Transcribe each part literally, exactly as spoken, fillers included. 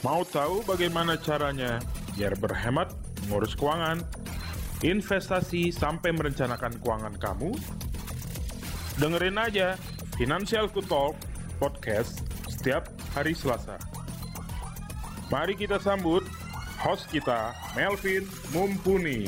Mau tahu bagaimana caranya biar berhemat, mengurus keuangan, investasi sampai merencanakan keuangan kamu? Dengerin aja Financialku Talk Podcast setiap hari Selasa. Mari kita sambut host kita, Melvin Mumpuni.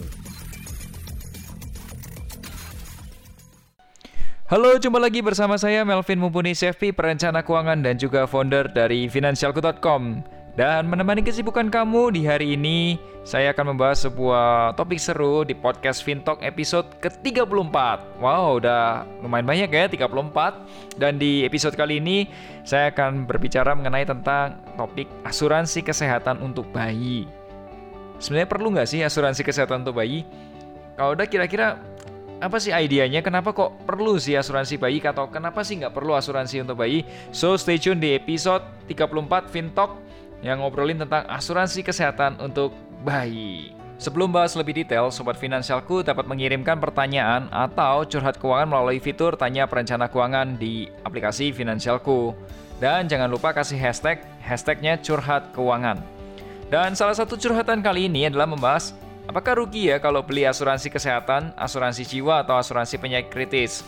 Halo, jumpa lagi bersama saya Melvin Mumpuni, C F P, perencana keuangan dan juga founder dari Financialku dot com. Dan menemani kesibukan kamu di hari ini, saya akan membahas sebuah topik seru di podcast FinTalk episode ke tiga puluh empat. Wow, udah lumayan banyak ya, tiga puluh empat. Dan di episode kali ini, saya akan berbicara mengenai tentang topik asuransi kesehatan untuk bayi. Sebenarnya perlu nggak sih asuransi kesehatan untuk bayi? Kalau udah kira-kira apa sih idenya? Kenapa kok perlu sih asuransi bayi? Atau kenapa sih nggak perlu asuransi untuk bayi? So stay tune di episode tiga puluh empat FinTalk yang ngobrolin tentang asuransi kesehatan untuk bayi. Sebelum bahas lebih detail, Sobat Finansialku dapat mengirimkan pertanyaan atau curhat keuangan melalui fitur Tanya Perencana Keuangan di aplikasi Finansialku. Dan jangan lupa kasih hashtag, hashtagnya curhat keuangan. Dan salah satu curhatan kali ini adalah membahas apakah rugi ya kalau beli asuransi kesehatan, asuransi jiwa, atau asuransi penyakit kritis.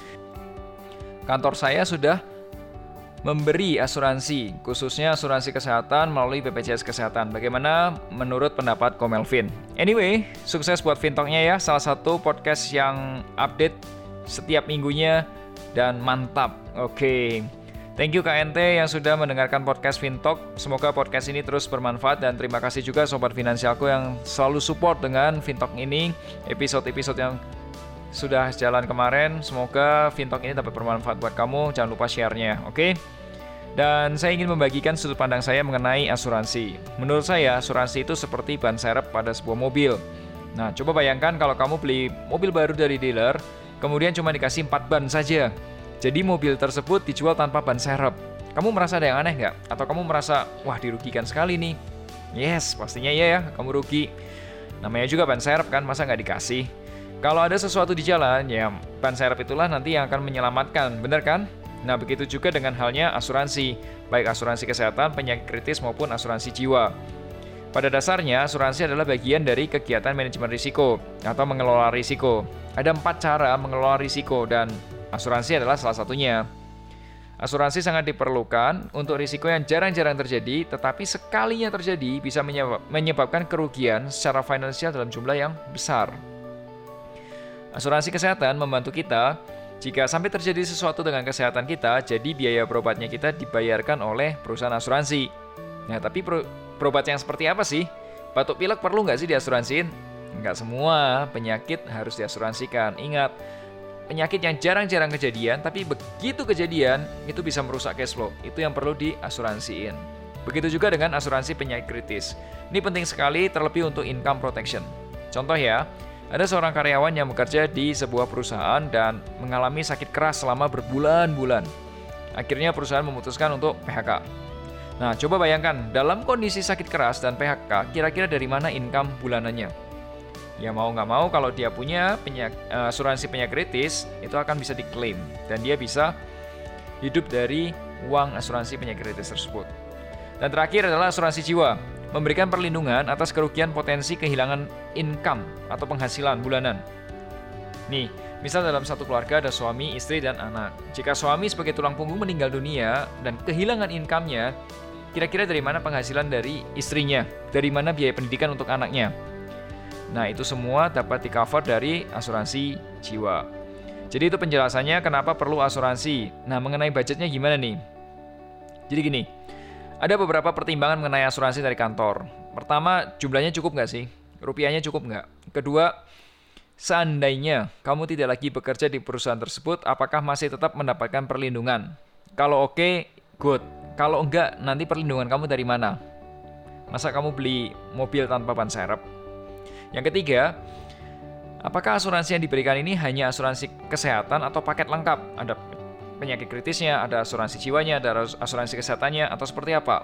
Kantor saya sudah memberi asuransi, khususnya asuransi kesehatan melalui B P J S Kesehatan. Bagaimana menurut pendapat Ko Melvin? Anyway, sukses buat FinTalk-nya ya, salah satu podcast yang update setiap minggunya dan mantap. Oke, okay. Thank you K N T yang sudah mendengarkan podcast FinTalk. Semoga podcast ini terus bermanfaat dan terima kasih juga Sobat Finansialku yang selalu support dengan FinTalk ini, episode-episode yang sudah jalan kemarin. Semoga FinTalk ini dapat bermanfaat buat kamu. Jangan lupa share-nya, oke? Okay? Dan saya ingin membagikan sudut pandang saya mengenai asuransi. Menurut saya, asuransi itu seperti ban serep pada sebuah mobil. Nah, coba bayangkan kalau kamu beli mobil baru dari dealer, kemudian cuma dikasih empat ban saja. Jadi mobil tersebut dijual tanpa ban serep. Kamu merasa ada yang aneh nggak? Atau kamu merasa, wah dirugikan sekali nih? Yes, pastinya iya ya, kamu rugi. Namanya juga ban serep kan, masa nggak dikasih? Kalau ada sesuatu di jalan, ya ban serep itulah nanti yang akan menyelamatkan, benar kan? Nah, begitu juga dengan halnya asuransi, baik asuransi kesehatan, penyakit kritis maupun asuransi jiwa. Pada dasarnya, asuransi adalah bagian dari kegiatan manajemen risiko atau mengelola risiko. Ada empat cara mengelola risiko dan asuransi adalah salah satunya. Asuransi sangat diperlukan untuk risiko yang jarang-jarang terjadi, tetapi sekalinya terjadi bisa menyebabkan kerugian secara finansial dalam jumlah yang besar. Asuransi kesehatan membantu kita jika sampai terjadi sesuatu dengan kesehatan kita, jadi biaya berobatnya kita dibayarkan oleh perusahaan asuransi. Nah, tapi pro- berobat yang seperti apa sih? Batuk pilek perlu nggak sih diasuransiin? Nggak semua penyakit harus diasuransikan. Ingat, penyakit yang jarang-jarang kejadian, tapi begitu kejadian, itu bisa merusak cash flow. Itu yang perlu diasuransiin. Begitu juga dengan asuransi penyakit kritis. Ini penting sekali, terlebih untuk income protection. Contoh ya, ada seorang karyawan yang bekerja di sebuah perusahaan dan mengalami sakit keras selama berbulan-bulan. Akhirnya perusahaan memutuskan untuk P H K. Nah, coba bayangkan, dalam kondisi sakit keras dan P H K, kira-kira dari mana income bulanannya? Ya mau nggak mau, kalau dia punya penyak, asuransi penyakit kritis, itu akan bisa diklaim. Dan dia bisa hidup dari uang asuransi penyakit kritis tersebut. Dan terakhir adalah asuransi jiwa. Memberikan perlindungan atas kerugian potensi kehilangan income atau penghasilan bulanan. Nih, misal dalam satu keluarga ada suami, istri, dan anak. Jika suami sebagai tulang punggung meninggal dunia dan kehilangan income-nya, kira-kira dari mana penghasilan dari istrinya? Dari mana biaya pendidikan untuk anaknya? Nah, itu semua dapat di-cover dari asuransi jiwa. Jadi itu penjelasannya kenapa perlu asuransi. Nah, mengenai budgetnya gimana nih? Jadi gini, ada beberapa pertimbangan mengenai asuransi dari kantor. Pertama, jumlahnya cukup nggak sih? Rupiahnya cukup nggak? Kedua, seandainya kamu tidak lagi bekerja di perusahaan tersebut, apakah masih tetap mendapatkan perlindungan? Kalau oke, good. Kalau enggak, nanti perlindungan kamu dari mana? Masa kamu beli mobil tanpa ban serep? Yang ketiga, apakah asuransi yang diberikan ini hanya asuransi kesehatan atau paket lengkap? Ada penyakit kritisnya, ada asuransi jiwanya, ada asuransi kesehatannya, atau seperti apa?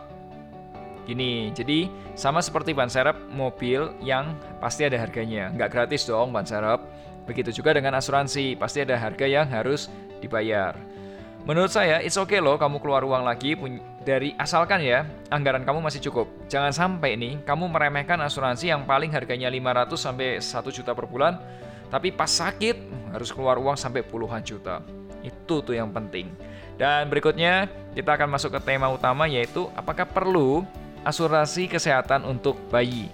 Gini, jadi sama seperti ban serep mobil yang pasti ada harganya. Nggak gratis dong ban serep. Begitu juga dengan asuransi, pasti ada harga yang harus dibayar. Menurut saya, it's okay loh kamu keluar uang lagi dari asalkan ya, anggaran kamu masih cukup. Jangan sampai nih, kamu meremehkan asuransi yang paling harganya lima ratus sampai satu juta per bulan, tapi pas sakit harus keluar uang sampai puluhan juta. Itu tuh yang penting. Dan berikutnya, kita akan masuk ke tema utama, yaitu apakah perlu asuransi kesehatan untuk bayi.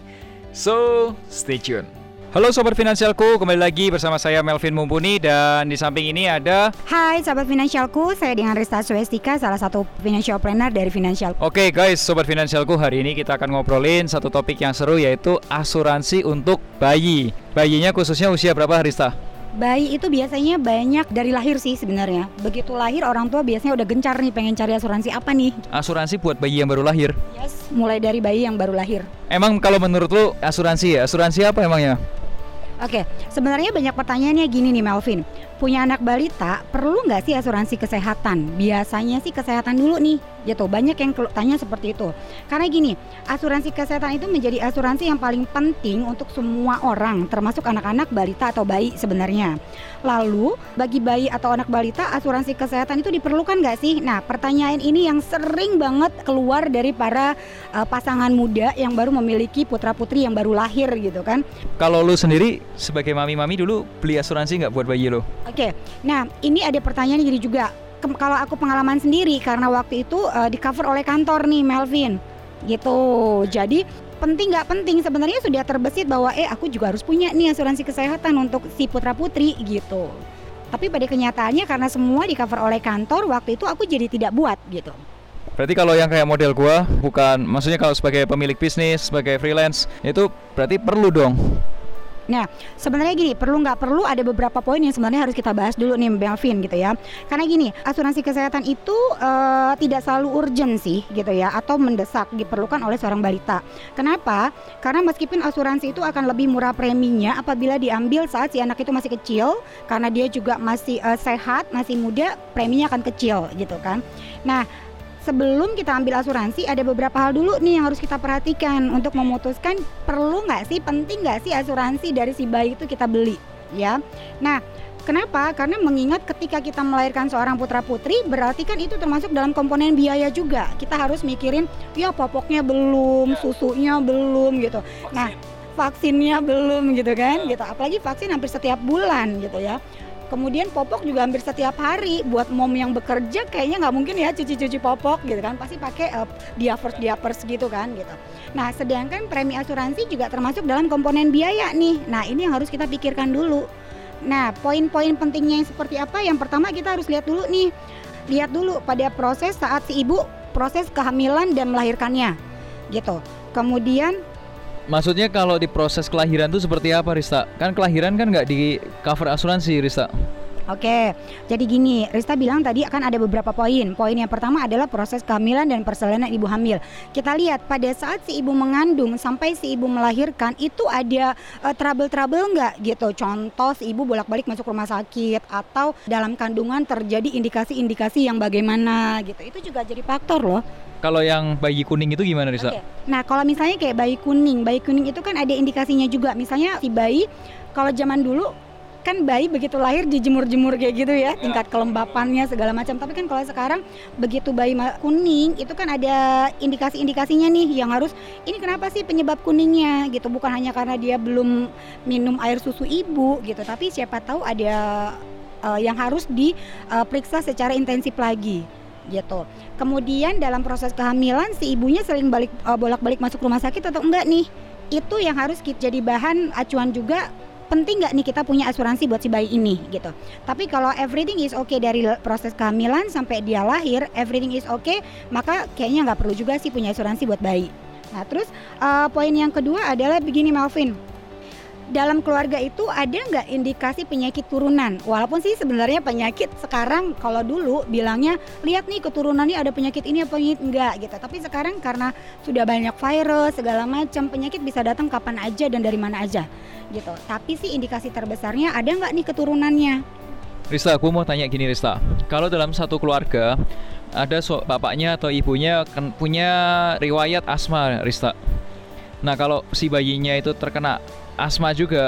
So, stay tune. Halo Sobat Finansialku, kembali lagi bersama saya Melvin Mumpuni, dan di samping ini ada... Hai Sobat Finansialku, saya dengan Rista Suestika, salah satu financial planner dari Finansialku. Oke guys, Sobat Finansialku, hari ini kita akan ngobrolin satu topik yang seru, yaitu asuransi untuk bayi. Bayinya khususnya usia berapa, Rista? Bayi itu biasanya banyak dari lahir sih sebenarnya. Begitu lahir orang tua biasanya udah gencar nih pengen cari asuransi apa nih. Asuransi buat bayi yang baru lahir? Yes, mulai dari bayi yang baru lahir. Emang kalau menurut lu asuransi ya? Asuransi apa emangnya? Oke, sebenarnya banyak pertanyaannya gini nih Melvin. Punya anak balita, perlu nggak sih asuransi kesehatan? Biasanya sih kesehatan dulu nih, gitu. Banyak yang tanya seperti itu. Karena gini, asuransi kesehatan itu menjadi asuransi yang paling penting untuk semua orang, termasuk anak-anak balita atau bayi sebenarnya. Lalu, bagi bayi atau anak balita, asuransi kesehatan itu diperlukan nggak sih? Nah, pertanyaan ini yang sering banget keluar dari para uh, pasangan muda yang baru memiliki putra-putri yang baru lahir gitu kan. Kalau lu sendiri sebagai mami-mami dulu beli asuransi nggak buat bayi lu? Oke, nah ini ada pertanyaan gini juga. Ke- kalau aku pengalaman sendiri, karena waktu itu uh, di cover oleh kantor nih Melvin, gitu. Jadi penting nggak penting sebenarnya sudah terbesit bahwa eh aku juga harus punya nih asuransi kesehatan untuk si putra putri gitu. Tapi pada kenyataannya karena semua di cover oleh kantor, waktu itu aku jadi tidak buat gitu. Berarti kalau yang kayak model gua, bukan, maksudnya kalau sebagai pemilik bisnis, sebagai freelance, itu berarti perlu dong. Nah, sebenarnya gini, perlu nggak perlu ada beberapa poin yang sebenarnya harus kita bahas dulu nih Melvin gitu ya. Karena gini, asuransi kesehatan itu uh, tidak selalu urgent sih gitu ya, atau mendesak diperlukan oleh seorang balita. Kenapa? Karena meskipun asuransi itu akan lebih murah preminya apabila diambil saat si anak itu masih kecil, karena dia juga masih uh, sehat, masih muda, preminya akan kecil gitu kan. Nah, sebelum kita ambil asuransi ada beberapa hal dulu nih yang harus kita perhatikan untuk memutuskan perlu nggak sih, penting nggak sih asuransi dari si bayi itu kita beli ya. Nah, kenapa? Karena mengingat ketika kita melahirkan seorang putra putri berarti kan itu termasuk dalam komponen biaya juga. Kita harus mikirin ya popoknya belum, susunya belum gitu. Nah, vaksinnya belum gitu kan gitu. Apalagi vaksin hampir setiap bulan gitu ya. Kemudian popok juga hampir setiap hari. Buat mom yang bekerja kayaknya nggak mungkin ya cuci-cuci popok gitu kan. Pasti pakai uh, diapers-diapers gitu kan gitu. Nah, sedangkan premi asuransi juga termasuk dalam komponen biaya nih. Nah, ini yang harus kita pikirkan dulu. Nah, poin-poin pentingnya yang seperti apa? Yang pertama kita harus lihat dulu nih. Lihat dulu pada proses saat si ibu proses kehamilan dan melahirkannya gitu. Kemudian Maksudnya kalau di proses kelahiran itu seperti apa, Rista? Kan kelahiran kan nggak di cover asuransi, Rista. Oke, jadi gini, Rista bilang tadi akan ada beberapa poin. Poin yang pertama adalah proses kehamilan dan persalinan ibu hamil. Kita lihat pada saat si ibu mengandung sampai si ibu melahirkan itu ada uh, trouble-trouble nggak gitu. Contoh si ibu bolak-balik masuk rumah sakit atau dalam kandungan terjadi indikasi-indikasi yang bagaimana gitu. Itu juga jadi faktor loh. Kalau yang bayi kuning itu gimana, Risa? Oke. Nah, kalau misalnya kayak bayi kuning, bayi kuning itu kan ada indikasinya juga. Misalnya si bayi, kalau zaman dulu kan bayi begitu lahir dijemur-jemur kayak gitu ya, tingkat kelembapannya segala macam. Tapi kan kalau sekarang begitu bayi kuning itu kan ada indikasi-indikasinya nih yang harus, ini kenapa sih penyebab kuningnya gitu. Bukan hanya karena dia belum minum air susu ibu gitu, tapi siapa tahu ada uh, yang harus diperiksa uh, secara intensif lagi gitu. Kemudian dalam proses kehamilan si ibunya sering balik uh, bolak-balik masuk rumah sakit atau enggak nih? Itu yang harus kita jadi bahan acuan juga. Penting nggak nih kita punya asuransi buat si bayi ini gitu. Tapi kalau everything is okay dari proses kehamilan sampai dia lahir, everything is okay, maka kayaknya nggak perlu juga sih punya asuransi buat bayi. Nah terus uh, poin yang kedua adalah begini Melvin. Dalam keluarga itu ada nggak indikasi penyakit turunan? Walaupun sih sebenarnya penyakit sekarang kalau dulu bilangnya lihat nih keturunannya ada penyakit ini apa penyakit enggak gitu. Tapi sekarang karena sudah banyak virus segala macam, penyakit bisa datang kapan aja dan dari mana aja gitu. Tapi sih indikasi terbesarnya ada nggak nih keturunannya? Rista, aku mau tanya gini Rista. Kalau dalam satu keluarga ada so, bapaknya atau ibunya kan punya riwayat asma, Rista. Nah kalau si bayinya itu terkena asma juga,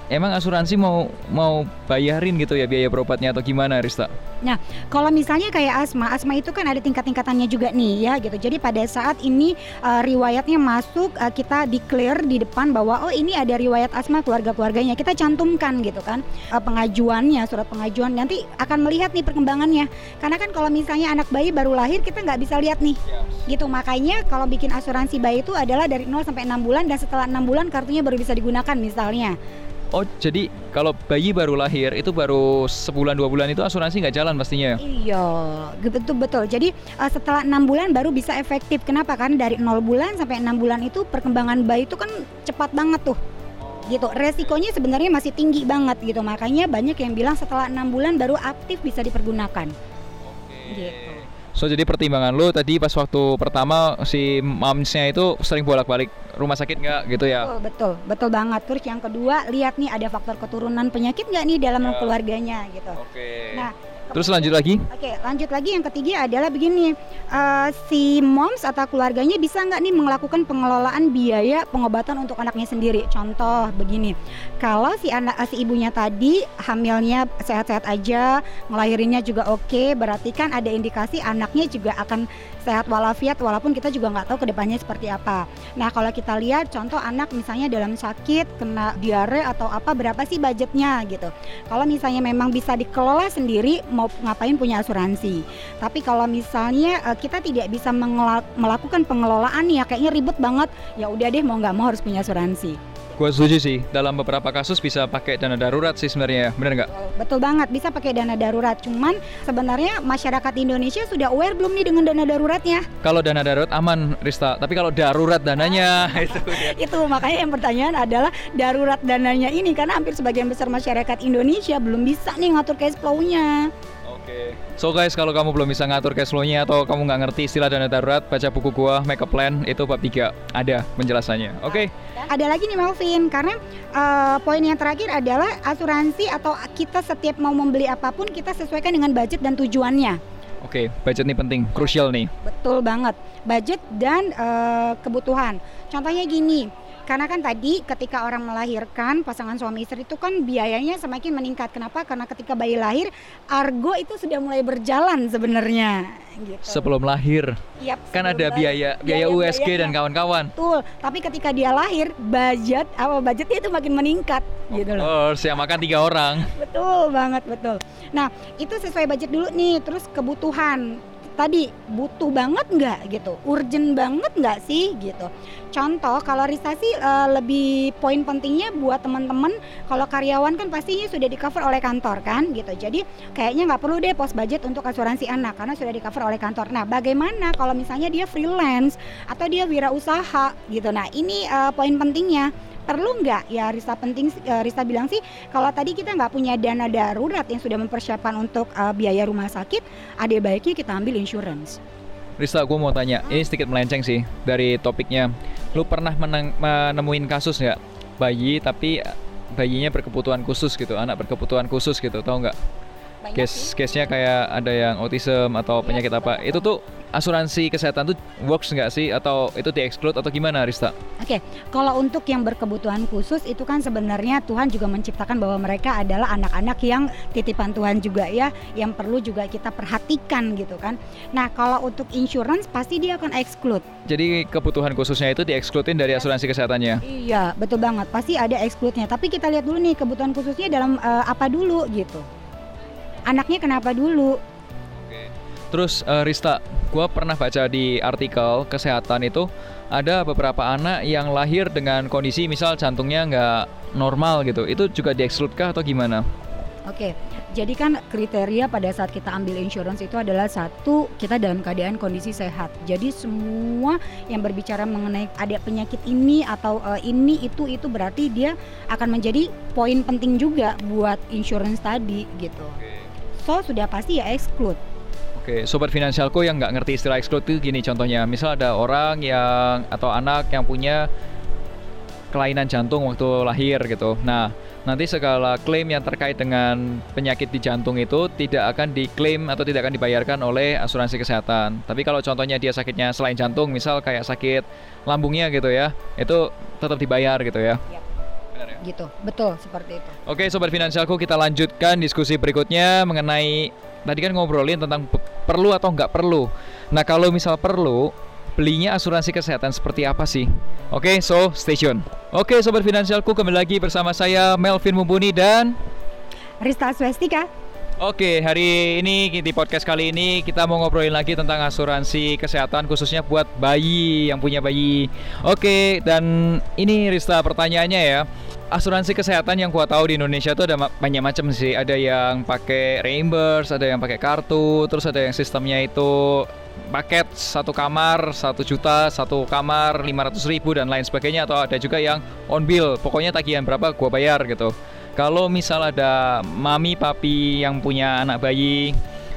emang asuransi mau mau bayarin gitu ya biaya berobatnya atau gimana, Rista? Nah, kalau misalnya kayak asma, asma itu kan ada tingkat-tingkatannya juga nih ya gitu. Jadi pada saat ini uh, riwayatnya masuk, uh, kita declare di depan bahwa oh ini ada riwayat asma keluarga-keluarganya. Kita cantumkan gitu kan uh, pengajuannya, surat pengajuan. Nanti akan melihat nih perkembangannya. Karena kan kalau misalnya anak bayi baru lahir kita nggak bisa lihat nih. Gitu, makanya kalau bikin asuransi bayi itu adalah dari nol sampai enam bulan dan setelah enam bulan kartunya baru bisa digunakan misalnya. Oh, jadi kalau bayi baru lahir itu baru sebulan dua bulan itu asuransi nggak jalan pastinya ya? Iya, betul-betul. Jadi uh, setelah enam bulan baru bisa efektif. Kenapa? Karena dari nol bulan sampai enam bulan itu perkembangan bayi itu kan cepat banget tuh. Gitu. Resikonya sebenarnya masih tinggi banget gitu. Makanya banyak yang bilang setelah enam bulan baru aktif bisa dipergunakan. Oke. Gitu. So jadi pertimbangan lo tadi pas waktu pertama si mamsnya itu sering bolak-balik rumah sakit nggak gitu ya? Betul, betul, betul banget. Terus yang kedua, lihat nih ada faktor keturunan penyakit nggak nih dalam ya. keluarganya gitu. Oke. Nah, terus lanjut lagi? Oke, lanjut lagi yang ketiga adalah begini, uh, si moms atau keluarganya bisa nggak nih melakukan pengelolaan biaya pengobatan untuk anaknya sendiri. Contoh begini, kalau si anak si ibunya tadi hamilnya sehat-sehat aja, ngelahirinnya juga oke, berarti kan ada indikasi anaknya juga akan sehat walafiat walaupun kita juga nggak tahu kedepannya seperti apa. Nah kalau kita lihat contoh anak misalnya dalam sakit kena diare atau apa, berapa sih budgetnya gitu. Kalau misalnya memang bisa dikelola sendiri, mau ngapain punya asuransi. Tapi kalau misalnya uh, kita tidak bisa mengela- melakukan pengelolaan ya kayaknya ribet banget, ya udah deh mau nggak mau harus punya asuransi. Gue setuju sih, dalam beberapa kasus bisa pakai dana darurat sih sebenarnya, bener nggak? Betul banget, bisa pakai dana darurat. Cuman sebenarnya masyarakat Indonesia sudah aware belum nih dengan dana daruratnya? Kalau dana darurat aman, Rista. Tapi kalau darurat dananya itu ya. Itu makanya yang pertanyaan adalah darurat dananya ini, karena hampir sebagian besar masyarakat Indonesia belum bisa nih ngatur cash flow-nya. Oke. So guys, kalau kamu belum bisa ngatur cash flow-nya atau kamu nggak ngerti istilah dana darurat, baca buku gua Make a Plan, itu bab tiga ada penjelasannya. Oke. Okay. Ada lagi nih Melvin, karena uh, poin yang terakhir adalah asuransi atau kita setiap mau membeli apapun kita sesuaikan dengan budget dan tujuannya. Oke, okay, budget ini penting, krusial nih. Betul banget, budget dan uh, kebutuhan. Contohnya gini, karena kan tadi ketika orang melahirkan pasangan suami istri itu kan biayanya semakin meningkat. Kenapa? Karena ketika bayi lahir, argo itu sudah mulai berjalan sebenarnya. Gitu. Sebelum lahir, Yap, kan sebelum ada lahir. biaya biaya U S G dan kawan-kawan. Betul, tapi ketika dia lahir, budget apa budgetnya itu makin meningkat, gitu loh. Oh, siap makan tiga orang. Betul banget, betul. Nah, itu sesuai budget dulu nih, terus kebutuhan. Tadi butuh banget nggak gitu, urgent banget nggak sih gitu. Contoh kalau Risa sih uh, lebih poin pentingnya buat teman-teman, kalau karyawan kan pastinya sudah di cover oleh kantor kan gitu. Jadi kayaknya nggak perlu deh post budget untuk asuransi anak karena sudah di cover oleh kantor. Nah bagaimana kalau misalnya dia freelance atau dia wirausaha gitu. Nah ini uh, poin pentingnya. Perlu nggak? Ya Rista penting, uh, Rista bilang sih kalau tadi kita nggak punya dana darurat yang sudah mempersiapkan untuk uh, biaya rumah sakit, ada baiknya kita ambil insurance. Rista, gue mau tanya, ini sedikit melenceng sih dari topiknya. Lu pernah meneng- menemuin kasus nggak bayi tapi bayinya berkebutuhan khusus gitu, anak berkebutuhan khusus gitu, tahu nggak? Case case-nya kayak ada yang autism atau penyakit apa? Itu tuh asuransi kesehatan tuh works nggak sih atau itu di-exclude atau gimana, Rista? Oke, okay. Kalau untuk yang berkebutuhan khusus itu kan sebenarnya Tuhan juga menciptakan bahwa mereka adalah anak-anak yang titipan Tuhan juga ya, yang perlu juga kita perhatikan gitu kan. Nah kalau untuk insurance pasti dia akan exclude. Jadi kebutuhan khususnya itu di-excludein dari asuransi kesehatannya? Iya, betul banget, pasti ada exclude-nya. Tapi kita lihat dulu nih kebutuhan khususnya dalam uh, apa dulu gitu. Anaknya kenapa dulu? Oke. Terus uh, Rista, gue pernah baca di artikel kesehatan itu ada beberapa anak yang lahir dengan kondisi misal jantungnya nggak normal gitu. Itu juga di-exclude kah atau gimana? Oke, jadi kan kriteria pada saat kita ambil insurance itu adalah satu, kita dalam keadaan kondisi sehat. Jadi semua yang berbicara mengenai ada penyakit ini atau uh, ini itu itu berarti dia akan menjadi poin penting juga buat insurance tadi gitu. So sudah pasti ya exclude. Oke, sobat finansialku yang nggak ngerti istilah exclude itu gini contohnya. Misal ada orang yang atau anak yang punya kelainan jantung waktu lahir gitu. Nah, nanti segala klaim yang terkait dengan penyakit di jantung itu tidak akan diklaim atau tidak akan dibayarkan oleh asuransi kesehatan. Tapi kalau contohnya dia sakitnya selain jantung, misal kayak sakit lambungnya gitu ya, itu tetap dibayar gitu ya. Yep. Benar ya? Gitu, betul seperti itu. Oke Sobat Finansialku, kita lanjutkan diskusi berikutnya mengenai tadi kan ngobrolin tentang perlu atau nggak perlu. Nah kalau misal perlu, belinya asuransi kesehatan seperti apa sih? Oke, so stay tune. Oke Sobat Finansialku, kembali lagi bersama saya Melvin Mumpuni dan Rista Swestika. Oke, hari ini di podcast kali ini kita mau ngobrolin lagi tentang asuransi kesehatan khususnya buat bayi yang punya bayi. Oke, dan ini Rista pertanyaannya ya. Asuransi kesehatan yang gua tahu di Indonesia itu ada banyak macam sih. Ada yang pakai reimburse, ada yang pakai kartu, terus ada yang sistemnya itu paket satu kamar satu juta, satu kamar lima ratus ribu dan lain sebagainya, atau ada juga yang on bill, pokoknya tagihan berapa gua bayar gitu. Kalau misal ada mami papi yang punya anak bayi,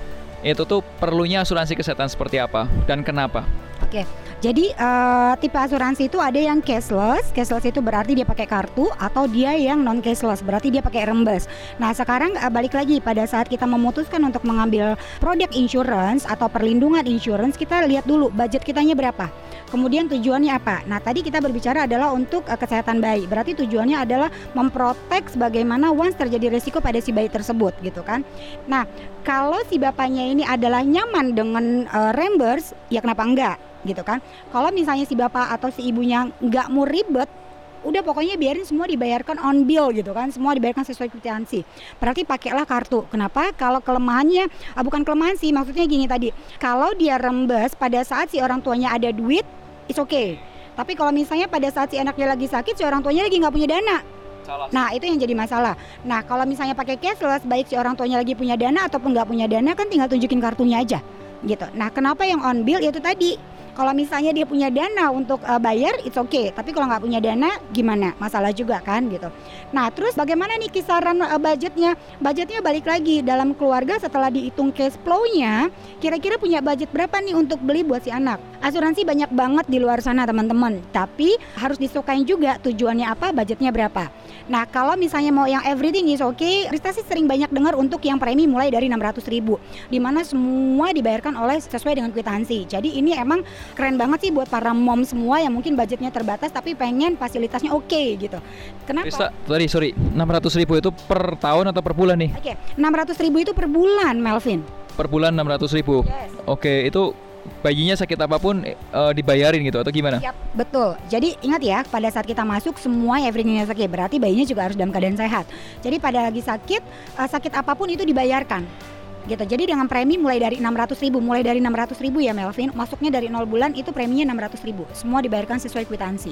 itu tuh perlunya asuransi kesehatan seperti apa dan kenapa? Oke, jadi uh, tipe asuransi itu ada yang cashless. Cashless itu berarti dia pakai kartu, atau dia yang non cashless, berarti dia pakai reimburse. Nah sekarang uh, balik lagi pada saat kita memutuskan untuk mengambil produk insurance atau perlindungan insurance, kita lihat dulu budget kitanya berapa. Kemudian tujuannya apa? Nah tadi kita berbicara adalah untuk uh, kesehatan bayi. Berarti tujuannya adalah memprotek sebagaimana once terjadi resiko pada si bayi tersebut gitu kan. Nah kalau si bapaknya ini adalah nyaman dengan uh, reimburse, ya kenapa enggak gitu kan. Kalau misalnya si bapak atau si ibunya enggak mau ribet, udah pokoknya biarin semua dibayarkan on bill gitu kan, semua dibayarkan sesuai kwitansi. Berarti pakailah kartu. Kenapa? Kalau kelemahannya, ah, bukan kelemahan sih, maksudnya gini tadi. Kalau dia rembes pada saat si orang tuanya ada duit, it's okay. Tapi kalau misalnya pada saat si anaknya lagi sakit, si orang tuanya lagi nggak punya dana, salah. Nah itu yang jadi masalah. Nah kalau misalnya pakai cashless, baik si orang tuanya lagi punya dana ataupun nggak punya dana, kan tinggal tunjukin kartunya aja gitu. Nah kenapa yang on bill itu tadi? Kalau misalnya dia punya dana untuk uh, bayar, it's okay. Tapi kalau nggak punya dana, gimana? Masalah juga kan gitu. Nah terus bagaimana nih kisaran uh, budgetnya? Budgetnya balik lagi dalam keluarga setelah dihitung cash flow-nya, kira-kira punya budget berapa nih untuk beli buat si anak? Asuransi banyak banget di luar sana teman-teman. Tapi harus disukain juga tujuannya apa, budgetnya berapa. Nah kalau misalnya mau yang everything is okay, Rista sih sering banyak dengar untuk yang premi mulai dari enam ratus ribu, dimana semua dibayarkan oleh sesuai dengan kwitansi. Jadi ini emang keren banget sih buat para mom semua yang mungkin budgetnya terbatas tapi pengen fasilitasnya oke okay, gitu. Kenapa? Rista, sorry, sorry, enam ratus ribu itu per tahun atau per bulan nih? Oke, okay. enam ratus ribu itu per bulan, Melvin. Per bulan enam ratus ribu? Yes. Oke, okay, itu bayinya sakit apapun uh, dibayarin gitu atau gimana? Yap, betul. Jadi ingat ya, pada saat kita masuk semua everything sakit, berarti bayinya juga harus dalam keadaan sehat. Jadi pada lagi sakit, uh, sakit apapun itu dibayarkan gitu. Jadi dengan premi mulai dari enam ratus ribu, mulai dari enam ratus ribu ya Melvin, masuknya dari nol bulan itu preminya enam ratus ribu, semua dibayarkan sesuai kwitansi.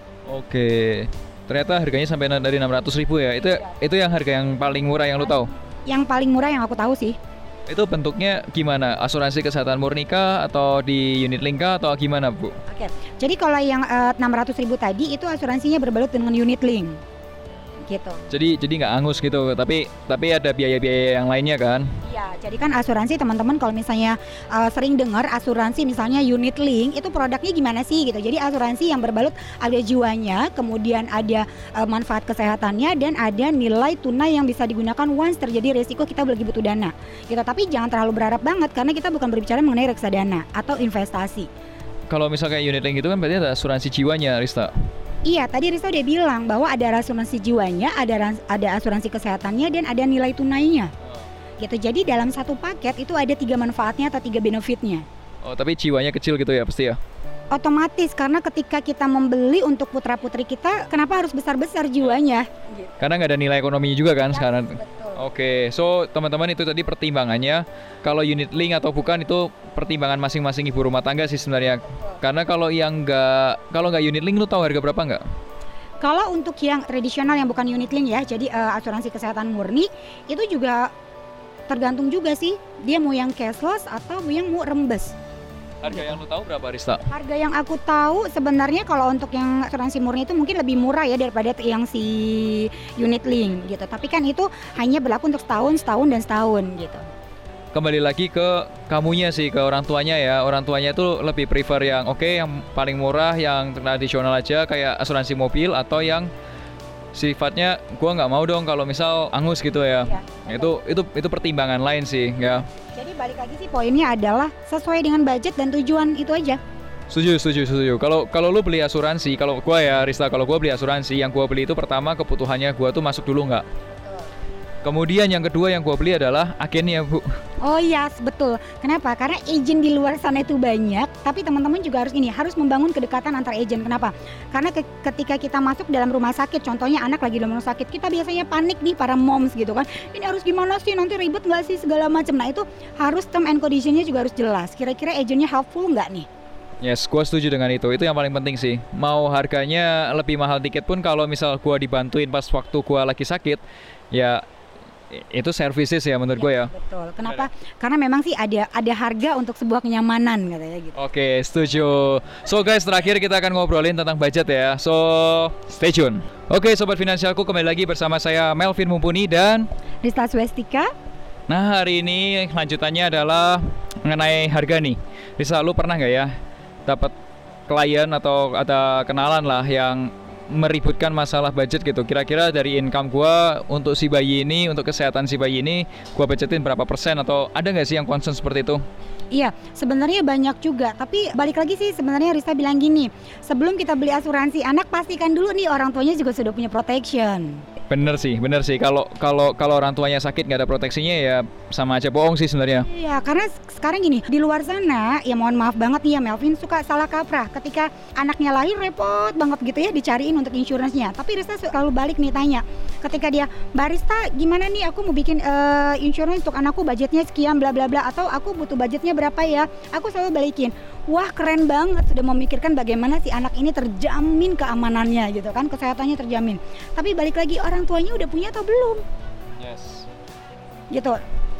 Oke, ternyata harganya sampai dari enam ratus ribu ya. Itu ya. Itu yang harga yang paling murah yang lu tahu? Yang paling murah yang aku tahu sih. Itu bentuknya gimana? Asuransi kesehatan murni kah atau di unit link kah atau gimana Bu? Oke, jadi kalau yang uh, enam ratus ribu tadi itu asuransinya berbalut dengan unit link gitu. Jadi jadi nggak angus gitu, tapi tapi ada biaya-biaya yang lainnya kan? Iya, jadi kan asuransi teman-teman kalau misalnya uh, sering dengar asuransi misalnya unit link itu produknya gimana sih gitu. Jadi asuransi yang berbalut ada jiwanya, kemudian ada uh, manfaat kesehatannya dan ada nilai tunai yang bisa digunakan once terjadi resiko kita lagi butuh dana. Gitu, tapi jangan terlalu berharap banget karena kita bukan berbicara mengenai reksadana atau investasi. Kalau misalnya unit link itu kan berarti ada asuransi jiwanya, Rista. Iya, tadi Rista udah bilang bahwa ada asuransi jiwanya, ada ada asuransi kesehatannya dan ada nilai tunainya. Gitu. Jadi dalam satu paket itu ada tiga manfaatnya atau tiga benefitnya. Oh, tapi jiwanya kecil gitu ya pasti ya? Otomatis, karena ketika kita membeli untuk putra-putri kita, kenapa harus besar-besar jiwanya? Gitu. Karena nggak ada nilai ekonomi juga kan ya, sekarang. Betul. Oke, so teman-teman itu tadi pertimbangannya. Kalau unit link atau bukan itu pertimbangan masing-masing ibu rumah tangga sih sebenarnya. Karena kalau yang nggak, kalau nggak unit link, lu tahu harga berapa nggak? Kalau untuk yang tradisional yang bukan unit link ya, jadi uh, asuransi kesehatan murni itu juga tergantung juga sih. Dia mau yang cashless atau yang mau rembes. Harga yang lu tahu berapa, Rista? Harga yang aku tahu sebenarnya kalau untuk yang asuransi murni itu mungkin lebih murah ya daripada yang si unit link gitu. Tapi kan itu hanya berlaku untuk setahun, setahun dan setahun gitu. Kembali lagi ke kamunya sih, ke orang tuanya ya. Orang tuanya itu lebih prefer yang oke, okay, yang paling murah, yang tradisional aja kayak asuransi mobil atau yang sifatnya gua nggak mau dong kalau misal angus gitu ya. Ya itu itu itu pertimbangan lain sih ya. Jadi balik lagi sih poinnya adalah sesuai dengan budget dan tujuan itu aja. Setuju, setuju, setuju. Kalau kalau lu beli asuransi, kalau gua ya Rista, kalau gua beli asuransi, yang gua beli itu pertama kebutuhannya gua tuh masuk dulu nggak? Kemudian yang kedua yang gua beli adalah agennya, Bu. Oh iya, yes, betul. Kenapa? Karena agent di luar sana itu banyak, tapi teman-teman juga harus ini, harus membangun kedekatan antar agent. Kenapa? Karena ke, ketika kita masuk dalam rumah sakit, contohnya anak lagi dalam rumah sakit, kita biasanya panik nih para moms gitu kan. Ini harus gimana sih? Nanti ribet nggak sih segala macam. Nah itu harus term and conditionnya juga harus jelas. Kira-kira agentnya helpful nggak nih? Yes, gua setuju dengan itu. Itu yang paling penting sih. Mau harganya lebih mahal dikit pun kalau misal gua dibantuin pas waktu gua lagi sakit, ya itu services ya menurut ya, gue ya. Betul. Kenapa? Karena memang sih ada ada harga untuk sebuah kenyamanan katanya gitu. Oke, setuju. So guys, terakhir kita akan ngobrolin tentang budget ya. So, stay tune. Oke, sobat finansialku, kembali lagi bersama saya Melvin Mumpuni dan Rista Swestika. Nah, hari ini lanjutannya adalah mengenai harga nih. Rista, lu pernah nggak ya dapat klien atau ada kenalan lah yang meributkan masalah budget gitu? Kira-kira dari income gua untuk si bayi ini, untuk kesehatan si bayi ini, gua budgetin berapa persen, atau ada nggak sih yang concern seperti itu? Iya, sebenarnya banyak juga. Tapi balik lagi sih, sebenarnya Rista bilang gini, sebelum kita beli asuransi anak, pastikan dulu nih orang tuanya juga sudah punya protection. Bener sih, bener sih. Kalau kalau kalau orang tuanya sakit nggak ada proteksinya ya sama aja bohong sih sebenarnya. Iya, karena sekarang gini, di luar sana ya mohon maaf banget nih ya Melvin, suka salah kaprah. Ketika anaknya lahir repot banget gitu ya dicariin untuk insurance-nya. Tapi Rista selalu balik nih tanya, ketika dia, Mbak Rista gimana nih aku mau bikin uh, insurance untuk anakku, budgetnya sekian bla bla bla, atau aku butuh budgetnya berapa ya? Aku selalu balikin, wah keren banget, sudah memikirkan bagaimana si anak ini terjamin keamanannya gitu kan, kesehatannya terjamin. Tapi balik lagi, orang tuanya udah punya atau belum? Yes. Gitu.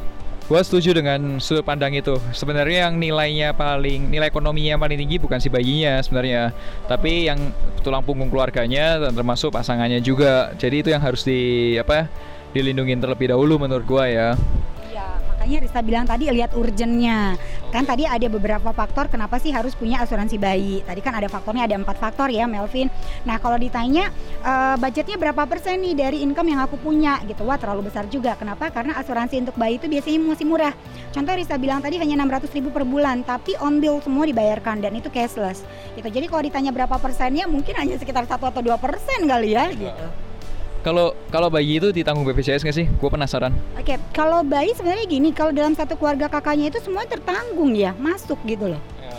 Gua setuju dengan sudut pandang itu. Sebenarnya yang nilainya paling, nilai ekonominya paling tinggi bukan si bayinya sebenarnya, tapi yang tulang punggung keluarganya dan termasuk pasangannya juga. Jadi itu yang harus di apa? dilindungin terlebih dahulu menurut gua ya. Makanya Rista bilang tadi lihat urgennya. Kan tadi ada beberapa faktor kenapa sih harus punya asuransi bayi. Tadi kan ada faktornya, ada empat faktor ya Melvin. Nah kalau ditanya uh, budgetnya berapa persen nih dari income yang aku punya gitu. Wah terlalu besar juga. Kenapa? Karena asuransi untuk bayi itu biasanya masih murah. Contoh Rista bilang tadi hanya enam ratus ribu per bulan, tapi on bill semua dibayarkan dan itu cashless gitu. Jadi kalau ditanya berapa persennya mungkin hanya sekitar satu atau dua persen kali ya gitu. Kalau kalau bayi itu ditanggung B P J S nggak sih? Gue penasaran. Oke, kalau bayi sebenarnya gini, kalau dalam satu keluarga kakaknya itu semua tertanggung ya, masuk gitu loh. Ya.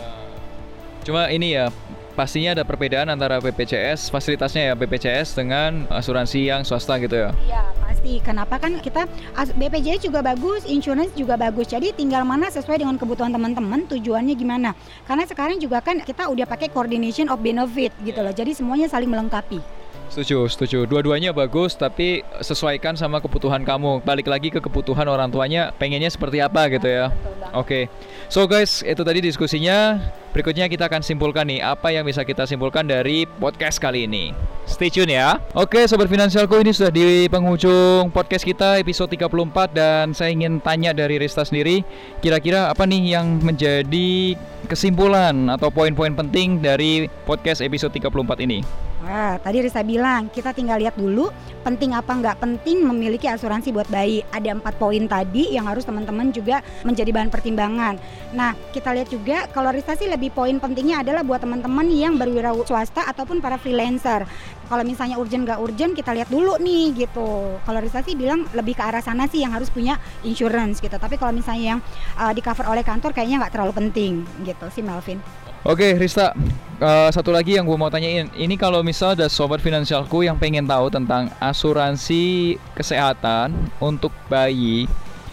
Cuma ini ya, pastinya ada perbedaan antara B P J S, fasilitasnya ya B P J S dengan asuransi yang swasta gitu ya. Iya, pasti. Kenapa kan kita B P J S juga bagus, insurance juga bagus. Jadi tinggal mana sesuai dengan kebutuhan teman-teman, tujuannya gimana. Karena sekarang juga kan kita udah pakai coordination of benefit gitu loh. Jadi semuanya saling melengkapi. Setuju, setuju. Dua-duanya bagus, tapi sesuaikan sama kebutuhan kamu. Balik lagi ke kebutuhan orang tuanya, pengennya seperti apa gitu ya. Oke. Okay. So guys, itu tadi diskusinya. Berikutnya kita akan simpulkan nih, apa yang bisa kita simpulkan dari podcast kali ini. Stay tune ya. Oke, okay, Sobat Finansialku, ini sudah di penghujung podcast kita episode tiga puluh empat. Dan saya ingin tanya dari Rista sendiri, kira-kira apa nih yang menjadi kesimpulan atau poin-poin penting dari podcast episode tiga puluh empat ini? Wah, tadi Rista bilang kita tinggal lihat dulu penting apa nggak penting memiliki asuransi buat bayi. Ada empat poin tadi yang harus teman-teman juga menjadi bahan pertimbangan. Nah, kita lihat juga kalau Rista sih lebih poin pentingnya adalah buat teman-teman yang berwirausaha swasta ataupun para freelancer. Kalau misalnya urgent nggak urgent kita lihat dulu nih gitu. Kalau Rista sih bilang lebih ke arah sana sih yang harus punya insurance gitu. Tapi kalau misalnya yang uh, di cover oleh kantor kayaknya nggak terlalu penting gitu sih Melvin. Oke Rista, uh, satu lagi yang gue mau tanyain, ini kalau misal ada Sobat Finansialku yang pengen tahu tentang asuransi kesehatan untuk bayi,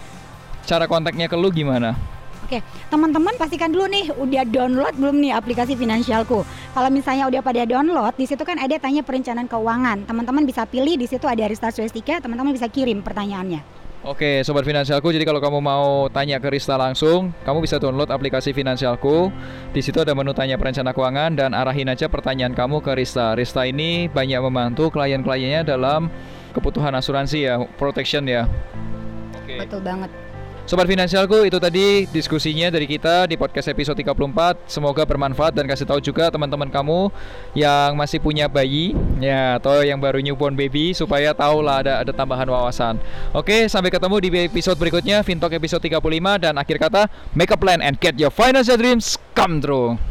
cara kontaknya ke lu gimana? Oke, teman-teman pastikan dulu nih udah download belum nih aplikasi Finansialku. Kalau misalnya udah pada download, di situ kan ada tanya perencanaan keuangan. Teman-teman bisa pilih di situ ada Rista Swestika, teman-teman bisa kirim pertanyaannya. Oke, Sobat Finansialku, jadi kalau kamu mau tanya ke Rista langsung, kamu bisa download aplikasi Finansialku. Di situ ada menu tanya perencana keuangan dan arahin aja pertanyaan kamu ke Rista. Rista ini banyak membantu klien-kliennya dalam kebutuhan asuransi ya, protection ya. Oke. Betul banget. Sobat Finansialku, itu tadi diskusinya dari kita di podcast episode tiga puluh empat. Semoga bermanfaat dan kasih tahu juga teman-teman kamu yang masih punya bayi ya, atau yang baru newborn baby, supaya tahu lah ada ada tambahan wawasan. Oke, sampai ketemu di episode berikutnya, Fintalk episode tiga puluh lima, dan akhir kata, make a plan and get your financial dreams come true.